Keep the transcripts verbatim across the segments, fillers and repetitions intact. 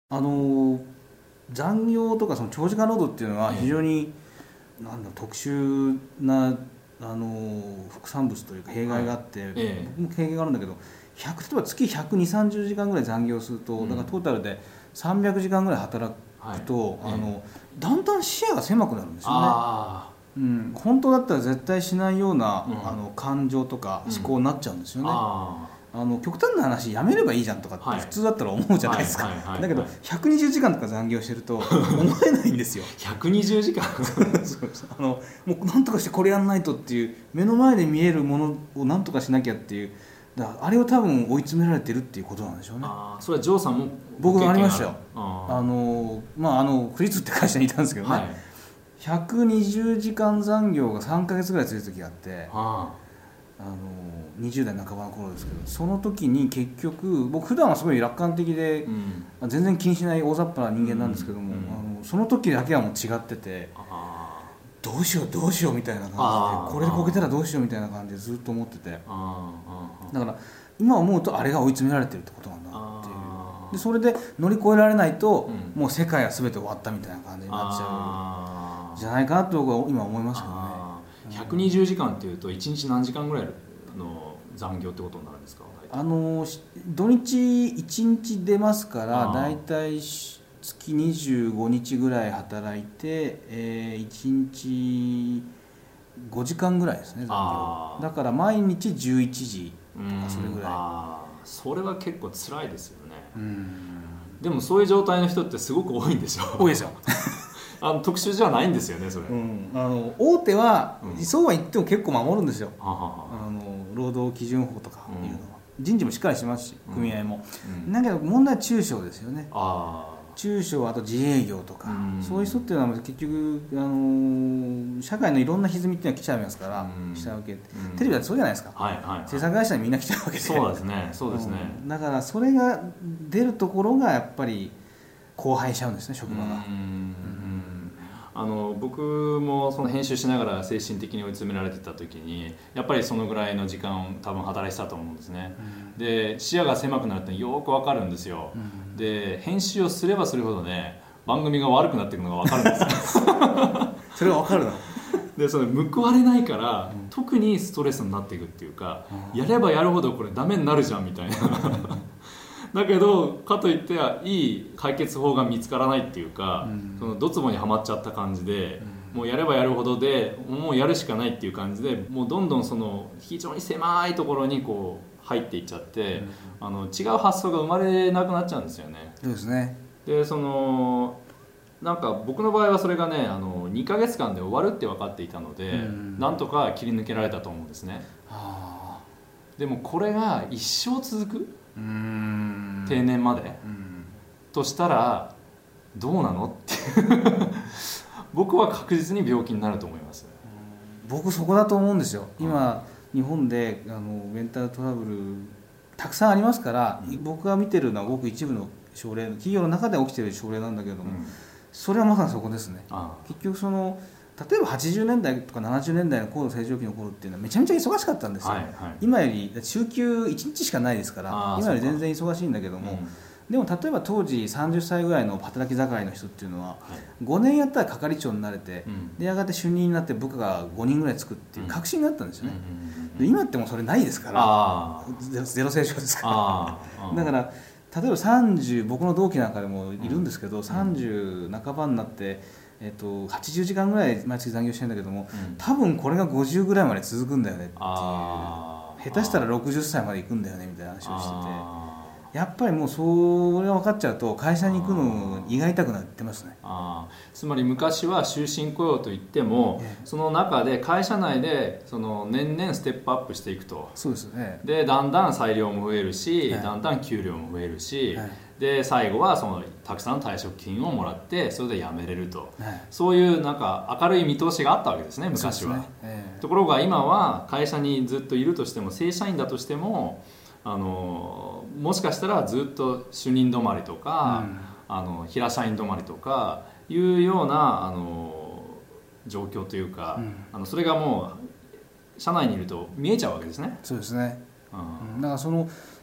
あの残業とかその長時間労働っていうのは非常に、ええ、なんだ特殊なあの副産物というか弊害があって、はい、ええ、僕も経験があるんだけどひゃく例えば月ひゃくにじゅう、さんじゅうじかんぐらい残業すると、うん、だからトータルでさんびゃくじかんぐらい働くと、はい、あのええ、だんだん視野が狭くなるんですよね。あ、うん、本当だったら絶対しないような、うん、あの感情とか思考になっちゃうんですよね。うん、ああの極端な話やめればいいじゃんとかって普通だったら思うじゃないですか。だけどひゃくにじゅうじかんとか残業してると思えないんですよ。 ひゃくにじゅうじかんそうそう、あのもうなんとかしてこれやんないとっていう目の前で見えるものをなんとかしなきゃっていう、だからあれを多分追い詰められてるっていうことなんでしょうね。 あ、それはジョーさんも僕がありましたよ。ああのまああのクリツって会社にいたんですけどね、はい、ひゃくにじゅうじかん残業がさんかげつぐらい続いた時があって、ああのにじゅう代半ばの頃ですけど、その時に結局僕普段はすごい楽観的で、うん、全然気にしない大雑把な人間なんですけども、うんうん、あのその時だけはもう違ってて、あ、どうしようどうしようみたいな感じで、これでこけたらどうしようみたいな感じでずっと思ってて、あだから今思うとあれが追い詰められてるってことなんだっていう。でそれで乗り越えられないと、うん、もう世界は全て終わったみたいな感じになっちゃうじゃないかなと僕は今思いますけどね。 ひゃくにじゅうじかんっていうといちにち何時間ぐらいの残業ってことになるんですか？ あの土日いちにち出ますからだいたい月にじゅうごにちぐらい働いて、えー、いちにちごじかんぐらいですね、残業だから毎日じゅういちじとかそれぐらい。 あ、それは結構辛いですよね。うん、でもそういう状態の人ってすごく多いんですよ。 多いですよあの特殊じゃないんですよね、それ。 うん、あの大手は、うん、そうは言っても結構守るんですよ。はははあの労働基準法とかいうのは、うん、人事もしっかりしますし組合も、うん、だけど問題は中小ですよね。あ、中小、あと自営業とか、うん、そういう人っていうのは結局あの社会のいろんな歪みっていうのは来ちゃいますから、うん、下請けって、うん、テレビだってそうじゃないですか、はいはいはい、制作会社にみんな来ちゃうわけで。 そうですね、そうですね、 うん、だからそれが出るところがやっぱり荒廃しちゃうんですね、職場が。うん、うん、 あの僕もその編集しながら精神的に追い詰められてた時にやっぱりそのぐらいの時間を多分働いてたと思うんですね、うん、で視野が狭くなるってよく分かるんですよ、うん、で編集をすればするほどね番組が悪くなっていくのが分かるんですよそれは分かるな。 でそれ報われないから、うん、特にストレスになっていくっていうか、うん、やればやるほどこれダメになるじゃんみたいなだけどかといっていい解決法が見つからないっていうか、うん、そのドツボにはまっちゃった感じで、うん、もうやればやるほどでもうやるしかないっていう感じでもうどんどんその非常に狭いところにこう入っていっちゃって、うん、あの違う発想が生まれなくなっちゃうんですよね。 そうですね。 でそのなんか僕の場合はそれがねあのにかげつかんで終わるって分かっていたので、うん、なんとか切り抜けられたと思うんですね。はあ、でもこれが一生続く、うーん定年まで、うん、としたらどうなのっていう僕は確実に病気になると思います。 僕そこだと思うんですよ。今、うん、日本であのメンタルトラブルたくさんありますから、うん、僕が見てるのはごく一部の症例、企業の中で起きている症例なんだけれども、うん、それはまさにそこですね。ああ、結局その例えばはちじゅうねんだいとかななじゅうねんだいの高度成長期の頃っていうのはめちゃめちゃ忙しかったんですよ、はいはい、今より週休いちにちしかないですから今より全然忙しいんだけども、うん、でも例えば当時さんじゅっさいぐらいの働き盛りの人っていうのは、はい、ごねんやったら係長になれて、うん、でやがて主任になって部下がごにんぐらいつくっていう確信があったんですよね、うん、で今ってもうそれないですからゼロ成長ですからだから例えばさんじゅう僕の同期なんかでもいるんですけど、うん、さんじゅう半ばになってえっと、はちじゅうじかんぐらい毎月残業してるんだけども、うん、多分これがごじゅうぐらいまで続くんだよねっていう、下手したらろくじゅっさいまで行くんだよねみたいな話をしてて、やっぱりもうそれが分かっちゃうと会社に行くの胃が痛くなってますね。 あつまり昔は終身雇用といっても、ええ、その中で会社内でその年々ステップアップしていくと。 そうですね。 でだんだん裁量も増えるし、はい、だんだん給料も増えるし、はい、で最後はそのたくさん退職金をもらってそれで辞めれると、はい、そういうなんか明るい見通しがあったわけですね昔は、ねえー、ところが今は会社にずっといるとしても正社員だとしてもあのもしかしたらずっと主任止まりとか、うん、あの平社員止まりとかいうようなあの状況というか、うん、あのそれがもう社内にいると見えちゃうわけですね。 そうですね、うん、だからその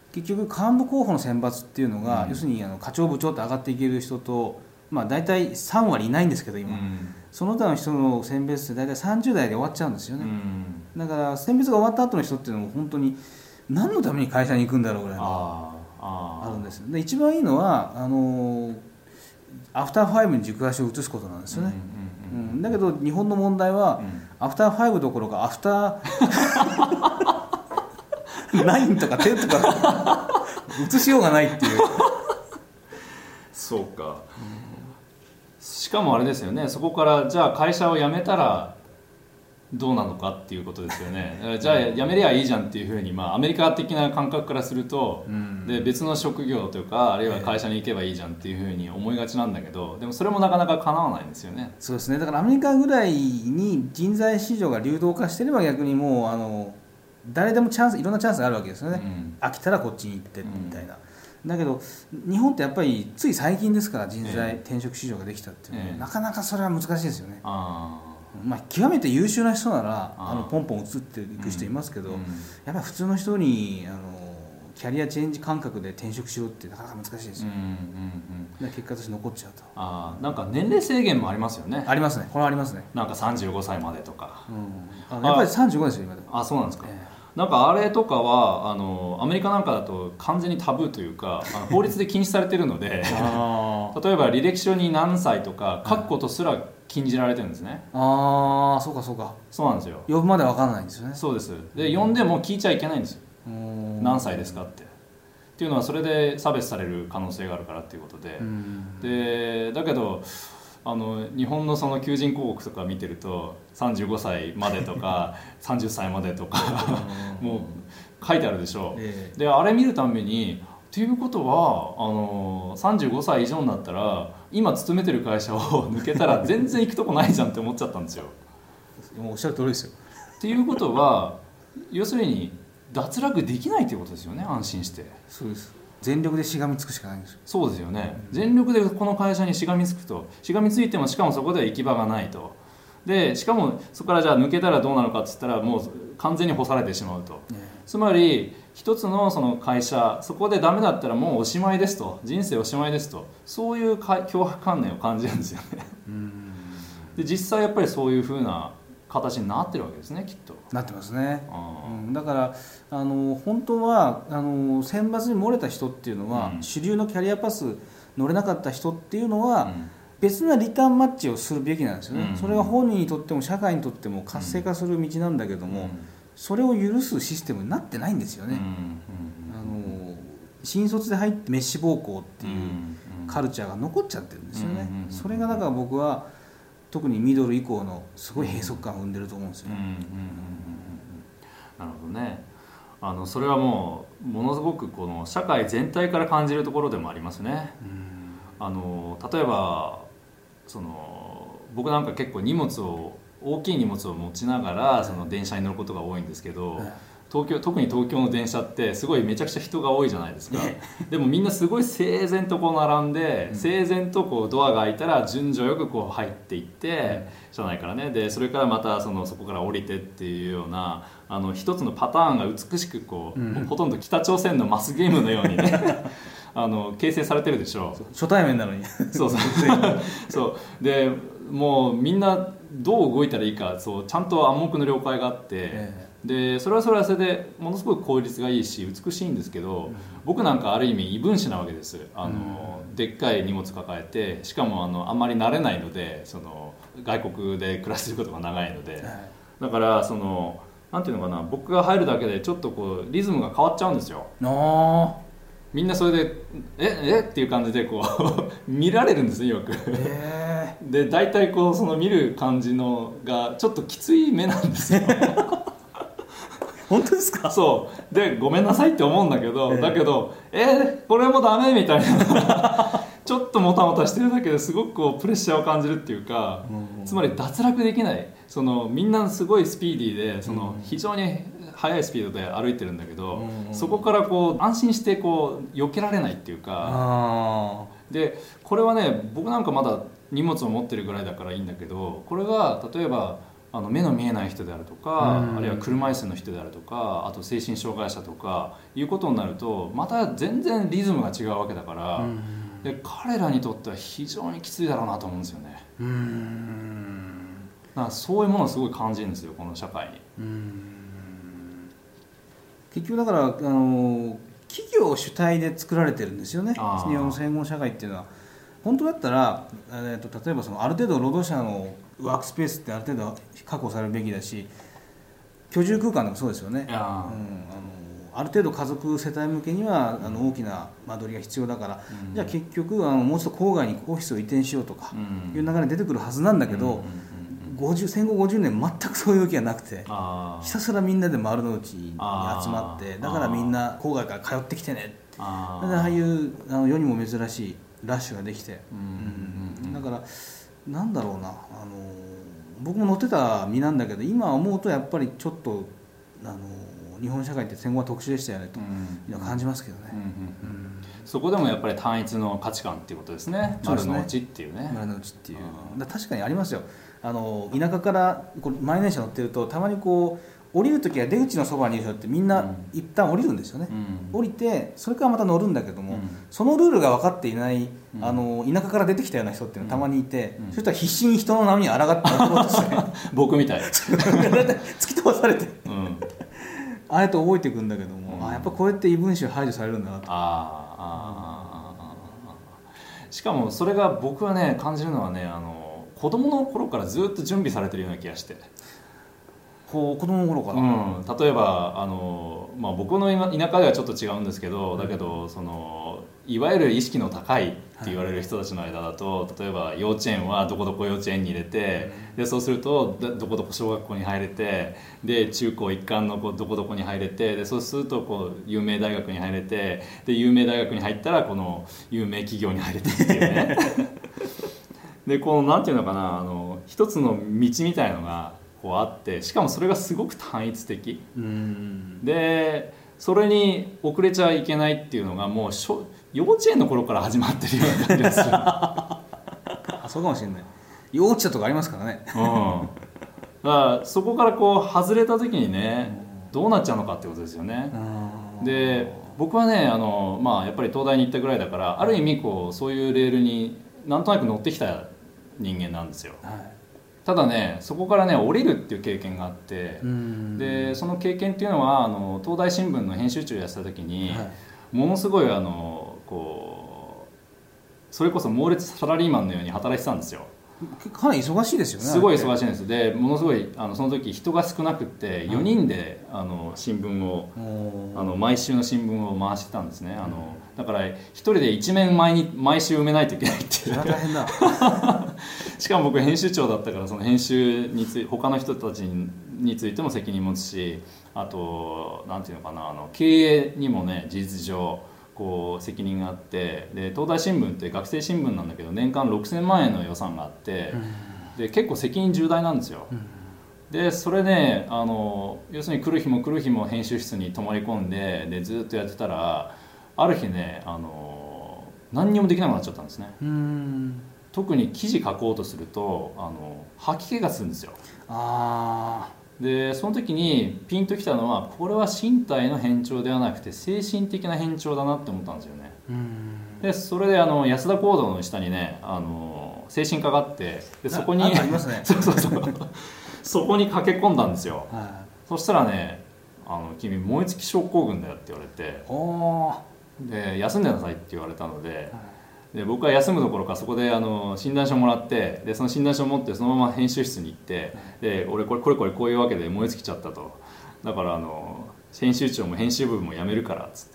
結局幹部候補の選抜っていうのが、 うん、 要するにあの課長部長って上がっていける人と、まあ、大体さん割いないんですけど今、うん、その他の人の選別って大体さんじゅう代で終わっちゃうんですよね、うん、だから選別が終わった後の人っていうのも本当に何のために会社に行くんだろうぐらいのああるんですよ。で一番いいのはあのアフターファイブに軸足を移すことなんですよね、うんうんうん、だけど日本の問題は、うん、アフターファイブどころかアフターナインとかテンとか移しようがないっていうそうか、うん、しかもあれですよね、そこからじゃあ会社を辞めたらどうなのかっていうことですよね。じゃあ辞めりゃいいじゃんっていうふうに、まあ、アメリカ的な感覚からすると、うん、で別の職業というかあるいは会社に行けばいいじゃんっていうふうに思いがちなんだけど、でもそれもなかなか叶わないんですよね。 そうですね、だからアメリカぐらいに人材市場が流動化してれば逆にもうあの誰でもチャンスいろんなチャンスがあるわけですよね、うん、飽きたらこっちに行ってみたいな、うん、だけど日本ってやっぱりつい最近ですから人材、えー、転職市場ができたっていうのは、えー、なかなかそれは難しいですよね。あまあ、極めて優秀な人ならあのポンポン移っていく人いますけど、うんうん、やっぱり普通の人にあのキャリアチェンジ感覚で転職しろってなかなか難しいですよ、うんうんうん、結果として残っちゃうと。 あなんか年齢制限もありますよね。 ありますね、これはありますね。 なんかさんじゅうごさいまでとか、 うん、あやっぱりさんじゅうごですよ今でも。 あそうなんですか、えー、なんかあれとかはあのアメリカなんかだと完全にタブーというかあの法律で禁止されてるのであ例えば履歴書に何歳とか書くことすら禁じられてるんですね。 ああそうかそうか。 そうなんですよ。 呼ぶまで分からないんですよね。 そうです。で呼んでも聞いちゃいけないんですよ。何歳ですかってっていうのはそれで差別される可能性があるからっていうことで、でだけどあの日本のその求人広告とか見てるとさんじゅうごさいまでとかさんじゅっさいまでとかもう書いてあるでしょ、えー、であれ見るためにっていうことはあのさんじゅうごさい以上になったら今勤めてる会社を抜けたら全然行くとこないじゃんって思っちゃったんですよ。 もうおっしゃる通りですよ。 っていうことは要するに脱落できないということですよね。安心して。 そうです。全力でしがみつくしかないんですよ。 そうですよね、うん、全力でこの会社にしがみつくと、しがみついてもしかもそこでは行き場がないと、でしかもそこからじゃあ抜けたらどうなのかって言ったらもう完全に干されてしまうと、ね、つまり一つのその会社そこでダメだったらもうおしまいですと、人生おしまいですと、そういう脅迫観念を感じるんですよね。うんで実際やっぱりそういう風な形になってるわけですね、きっと。 なってますね、うん、だからあの本当はあの選抜に漏れた人っていうのは、うん、主流のキャリアパス乗れなかった人っていうのは、うん、別なリターンマッチをするべきなんですよね、うん、それが本人にとっても社会にとっても活性化する道なんだけども、うん、それを許すシステムになってないんですよね、うん、あの新卒で入ってメッシ暴行っていうカルチャーが残っちゃってるんですよね、うん、それがだから僕は特にミドル以降のすごい閉塞感を生んでると思うんですよね。 なるほどね。あのそれはもうものすごくこの社会全体から感じるところでもありますね。うんあの例えばその僕なんか結構荷物を大きい荷物を持ちながらその電車に乗ることが多いんですけど、東京特に東京の電車ってすごいめちゃくちゃ人が多いじゃないですか。でもみんなすごい整然とこう並んで、うん、整然とこうドアが開いたら順序よくこう入っていって、うん、車内からね、でそれからまたそのそこから降りてっていうようなあの一つのパターンが美しくこう、うん、ほとんど北朝鮮のマスゲームのようにねあの形成されてるでしょう。 初対面なのにそうそうそうでもうみんなどう動いたらいいかそうちゃんと暗黙の了解があって、えーでそれはそれはそれでものすごく効率がいいし美しいんですけど、うん、僕なんかある意味異分子なわけです。あの、うん、でっかい荷物抱えてしかも あのあんまり慣れないのでその外国で暮らしてることが長いので、はい、だからそのなんていうのかな僕が入るだけでちょっとこうリズムが変わっちゃうんですよ。あみんなそれでええっていう感じでこう見られるんですねよく。えー、で大体こうその見る感じのがちょっときつい目なんですよ。 本当ですか？ そうでごめんなさいって思うんだけど、えー、だけどえー、これもダメみたいなちょっともたもたしてるだけですごくこうプレッシャーを感じるっていうか、うんうん、つまり脱落できない、そのみんなすごいスピーディーでその非常に速いスピードで歩いてるんだけど、うんうん、そこからこう安心してこう避けられないっていうか、あでこれはね僕なんかまだ荷物を持ってるぐらいだからいいんだけど、これが例えばあの目の見えない人であるとか、あるいは車椅子の人であるとか、あと精神障害者とかいうことになるとまた全然リズムが違うわけだから、で彼らにとっては非常にきついだろうなと思うんですよね。うーん、だからそういうものをすごい感じるんですよ、この社会に。うーん、 結局だからあの企業主体で作られてるんですよね、日本の戦後社会っていうのは。本当だったら、えー、と例えばそのある程度労働者のワークスペースってある程度確保されるべきだし、居住空間でもそうですよね。うん、あのある程度家族世帯向けにはあの大きな間取りが必要だから、うん、じゃあ結局あのもうちょっと郊外にオフィスを移転しようとかいう流れに出てくるはずなんだけど、ごじゅう戦後ごじゅうねん全くそういう動きがなくて、ひたすらみんなで丸の内に集まって、だからみんな郊外から通ってきてね、あああいうあの世にも珍しいラッシュができて、うんうん、だからなんだろうな、あの僕も乗ってた身なんだけど、今思うとやっぱりちょっとあの日本社会って戦後は特殊でしたよねというのは感じますけどね。 そこでもやっぱり単一の価値観っていうことですね。丸の内っていうね。 丸の内っていう、だ確かにありますよ。あの田舎からこれ満員電車乗ってるとたまにこう降りるときは出口のそばにいる人ってみんな一旦降りるんですよね、うん、降りてそれからまた乗るんだけども、うん、そのルールが分かっていない、うん、あの田舎から出てきたような人っていうのはたまにいて、うん、そしたら必死に人の波に抗って乗ろうとして僕みたい突き飛ばされて、うん、あえて覚えていくんだけども、うん、あやっぱこうやって異分子排除されるんだなと。ああ、うん、しかもそれが僕はね感じるのはね、あの子供の頃からずっと準備されてるような気がして、 こう子供の頃から、 うん、例えばあの、まあ、僕の田舎ではちょっと違うんですけど、だけどそのいわゆる意識の高いって言われる人たちの間だと、はい、例えば幼稚園はどこどこ幼稚園に入れて、でそうするとどこどこ小学校に入れて、で中高一貫のこうどこどこに入れて、でそうするとこう有名大学に入れて、で有名大学に入ったらこの有名企業に入れてっていうねでこのなんていうのかな、あの一つの道みたいのがこうあって、しかもそれがすごく単一的、うん、でそれに遅れちゃいけないっていうのがもう幼稚園の頃から始まってるような感じがするあそうかもしれない。幼稚園とかありますからね、うん、 だからそこからこう外れた時にね、どうなっちゃうのかってことですよね。で僕はねあの、まあ、やっぱり東大に行ったぐらいだから、ある意味こうそういうレールになんとなく乗ってきた人間なんですよ、はい。ただねそこからね降りるっていう経験があって、でその経験っていうのはあの東大新聞の編集長をやってた時に、はい、ものすごいあのこうそれこそ猛烈サラリーマンのように働いてたんですよ。 かなり忙しいですよね。 すごい忙しいんです。でものすごいあのその時人が少なくってよにんで、うん、あの新聞をあの毎週の新聞を回してたんですね。あのだから一人で一面毎に毎週埋めないといけないっていう。 大変だしかも僕編集長だったから、その編集につい他の人たちについても責任持つし、あとなんていうのかな、あの経営にもね事実上こう責任があって、で東大新聞って学生新聞なんだけど年間ろくせんまんえんの予算があって、うん、で結構責任重大なんですよ、うん、でそれねあの要するに来る日も来る日も編集室に泊まり込んで、でずっとやってたらある日ねあの何にもできなくなっちゃったんですね。うん、特に記事書こうとするとあの吐き気がするんですよ。あでその時にピンときたのは、これは身体の変調ではなくて精神的な変調だなって思ったんですよね。うんでそれであの安田講堂の下にねあの精神科があって、でそこにありますねそうそうそうそこに駆け込んだんですよ、はい、そしたらねあの君燃え尽き症候群だよって言われて、おで休んでなさいって言われたので、はいで僕は休むどころかそこであの診断書もらって、でその診断書を持ってそのまま編集室に行って、で俺これこれこれこういうわけで燃え尽きちゃったと、だからあの編集長も編集部も辞めるからっつって、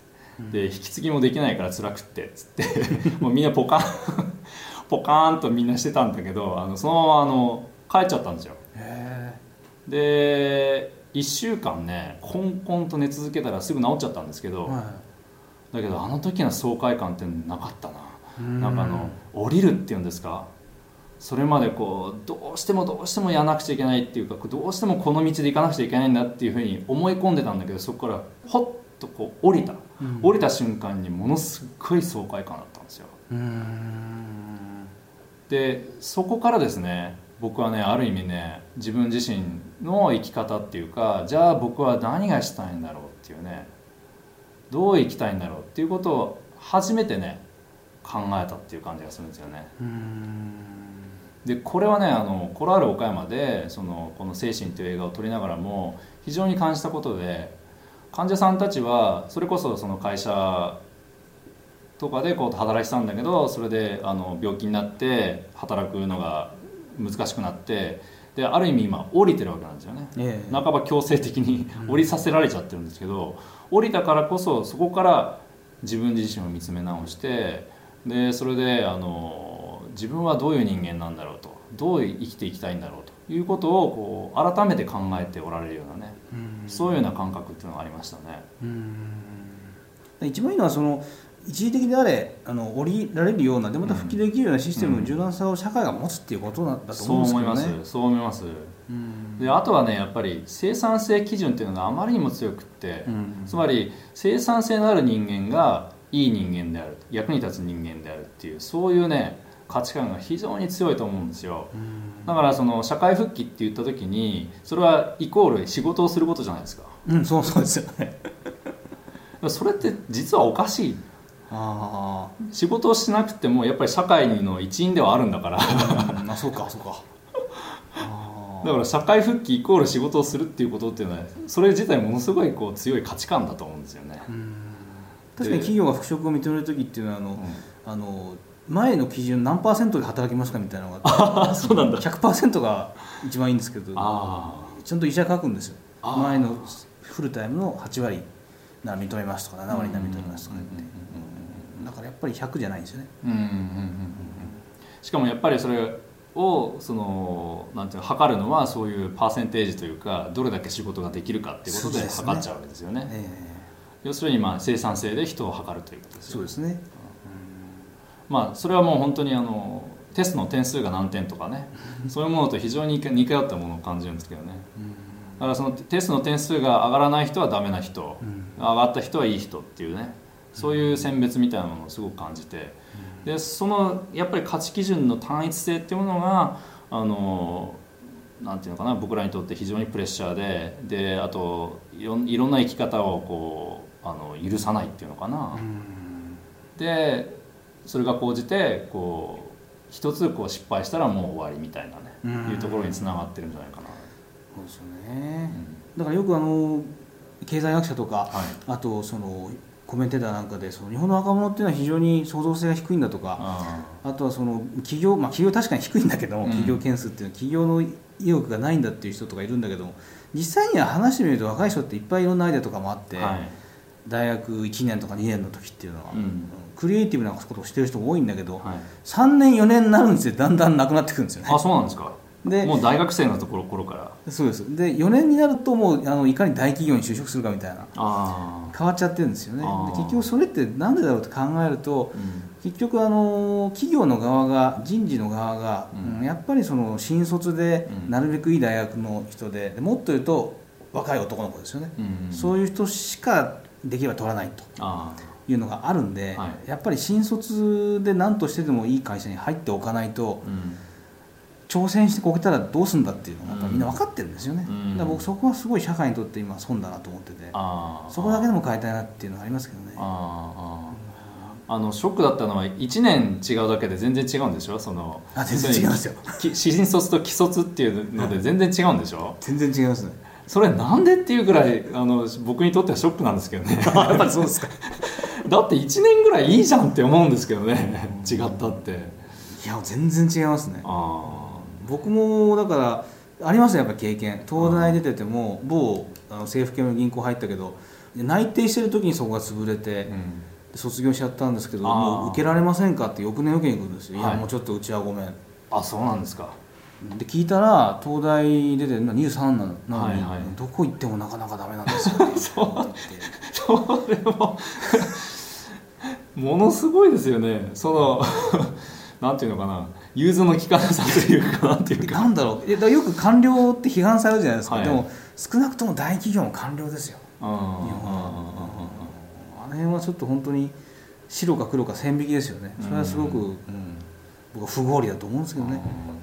で引き継ぎもできないから辛くってっつってもうみんなポカンポカーンとみんなしてたんだけど、あのそのままあの帰っちゃったんですよ。へでいっしゅうかんねコンコンと寝続けたらすぐ治っちゃったんですけど、はい、だけどあの時の爽快感ってなかったな。なんかあの降りるっていうんですか、それまでこうどうしてもどうしてもやらなくちゃいけないっていうか、どうしてもこの道で行かなくちゃいけないんだっていうふうに思い込んでたんだけど、そこからほっとこう降りた、うん、降りた瞬間にものすごい爽快感だったんですよ。うーんでそこからですね僕はねある意味ね自分自身の生き方っていうか、じゃあ僕は何がしたいんだろうっていうね、どう生きたいんだろうっていうことを初めてね考えたっていう感じがするんですよね。うーんでこれはねあのコラール岡山でそのこの「精神」という映画を撮りながらも非常に感じたことで、患者さんたちはそれこそその会社とかでこう働いてたんだけど、それであの病気になって働くのが難しくなって、である意味今降りてるわけなんですよね、ええ、半ば強制的に降りさせられちゃってるんですけど、降りたからこそそこから自分自身を見つめ直して、でそれであの自分はどういう人間なんだろうと、どう生きていきたいんだろうということをこう改めて考えておられるようなね、うん、そういうような感覚っていうのがありましたね。 うん、一番いいのはその一時的であれあの降りられるようなでまた復帰できるようなシステムの柔軟さを社会が持つっていうことなんだと思うんですけどね。 そう思います、そう思います。うん、であとはねやっぱり生産性基準っていうのがあまりにも強くって、うん、つまり生産性のある人間がいい人間である、役に立つ人間であるっていう、そういうね価値観が非常に強いと思うんですよ。うん、だからその社会復帰って言った時にそれはイコール仕事をすることじゃないですか。 うん、そうそうですよね。 それって実はおかしい。あ仕事をしなくてもやっぱり社会の一員ではあるんだからあそうかそうかだから社会復帰イコール仕事をするっていうことっていうのはそれ自体ものすごいこう強い価値観だと思うんですよね。うん確かに企業が復職を認めるときっていうのはあの、うん、あの前の基準何パーセントで働きますかみたいなのがあそうなんだひゃくパーセント が一番いいんですけどあちゃんと医者書くんですよ。前のフルタイムのはちわりなら認めますとかななわりなら認めますとか言って、だからやっぱりひゃくじゃないんですよね。うんうんうんうん、 しかもやっぱりそれをそのなんていうの測るのはそういうパーセンテージというかどれだけ仕事ができるかっていうことで測っちゃうわけですよね。えー、要するにまあ生産性で人を測るということですよね。 そうですね。 うん、まあそれはもう本当にあのテストの点数が何点とかねそういうものと非常に似通ったものを感じるんですけどね。だからそのテストの点数が上がらない人はダメな人、うん、上がった人はいい人っていうね、そういう選別みたいなものをすごく感じて、でそのやっぱり価値基準の単一性っていうものがあのなんていうのかな、僕らにとって非常にプレッシャーで、であといろ、いろんな生き方をこうあの許さないっていうのかな、うん、でそれが高じてこう一つこう失敗したらもう終わりみたいなね、うん、いうところにつながってるんじゃないかな。 そうですよね、うん、だからよくあの経済学者とか、はい、あとそのコメンテーターなんかでその日本の若者っていうのは非常に創造性が低いんだとか、 あ, あとはその企業、まあ、企業確かに低いんだけども、うん、企業件数っていうのは企業の意欲がないんだっていう人とかいるんだけども、実際には話してみると若い人っていっぱいいろんなアイデアとかもあって、はい、大学いちねんとかにねんの時っていうのは、うん、クリエイティブなことをしてる人が多いんだけど、はい、さんねんよねんになるんですよ、だんだんなくなってくるんですよね。 あ、そうなんですか。でもう大学生のところ頃からそうです。でよねんになるともうあのいかに大企業に就職するかみたいなあ変わっちゃってるんですよね。で結局それってなんでだろうと考えると、うん、結局あの企業の側が人事の側が、うん、やっぱりその新卒でなるべくいい大学の人で、でもっと言うと若い男の子ですよね、うん、そういう人しかできれば取らないというのがあるんで、はい、やっぱり新卒で何としてでもいい会社に入っておかないと、うん挑戦してこけたらどうするんだっていうのがやっぱみんな分かってるんですよね、うん、だから僕そこはすごい社会にとって今損だなと思ってて、あそこだけでも変えたいなっていうのがありますけどね。 ああのショックだったのはいちねん違うだけで全然違うんでしょ。そのあ全然違いますよ新卒と既卒っていうので全然違うんでしょ。 全然違いますね。 それなんでっていうぐらいあの僕にとってはショックなんですけどねやっぱりそうですかだっていちねんぐらいいいじゃんって思うんですけどね違ったって。 いや全然違いますね。あ僕もだからありますね、やっぱり経験。東大出てても某あの政府系の銀行入ったけど内定してる時にそこが潰れて、うん、卒業しちゃったんですけど、もう受けられませんかって翌年受けに来るんですよ、はい、いやもうちょっとうちはごめん。 あ、そうなんですか。 で聞いたら東大出てにじゅうさんなのに、はいはい、どこ行ってもなかなかダメなんですよねそうそれもものすごいですよね。そのなんていうのかな、融通の利かなさというかなんていうかなんだろう、よく官僚って批判されるじゃないですか、はい、でも少なくとも大企業も官僚ですよ。あの辺はちょっと本当に白か黒か線引きですよね。それはすごく、うん、僕は不合理だと思うんですけどね。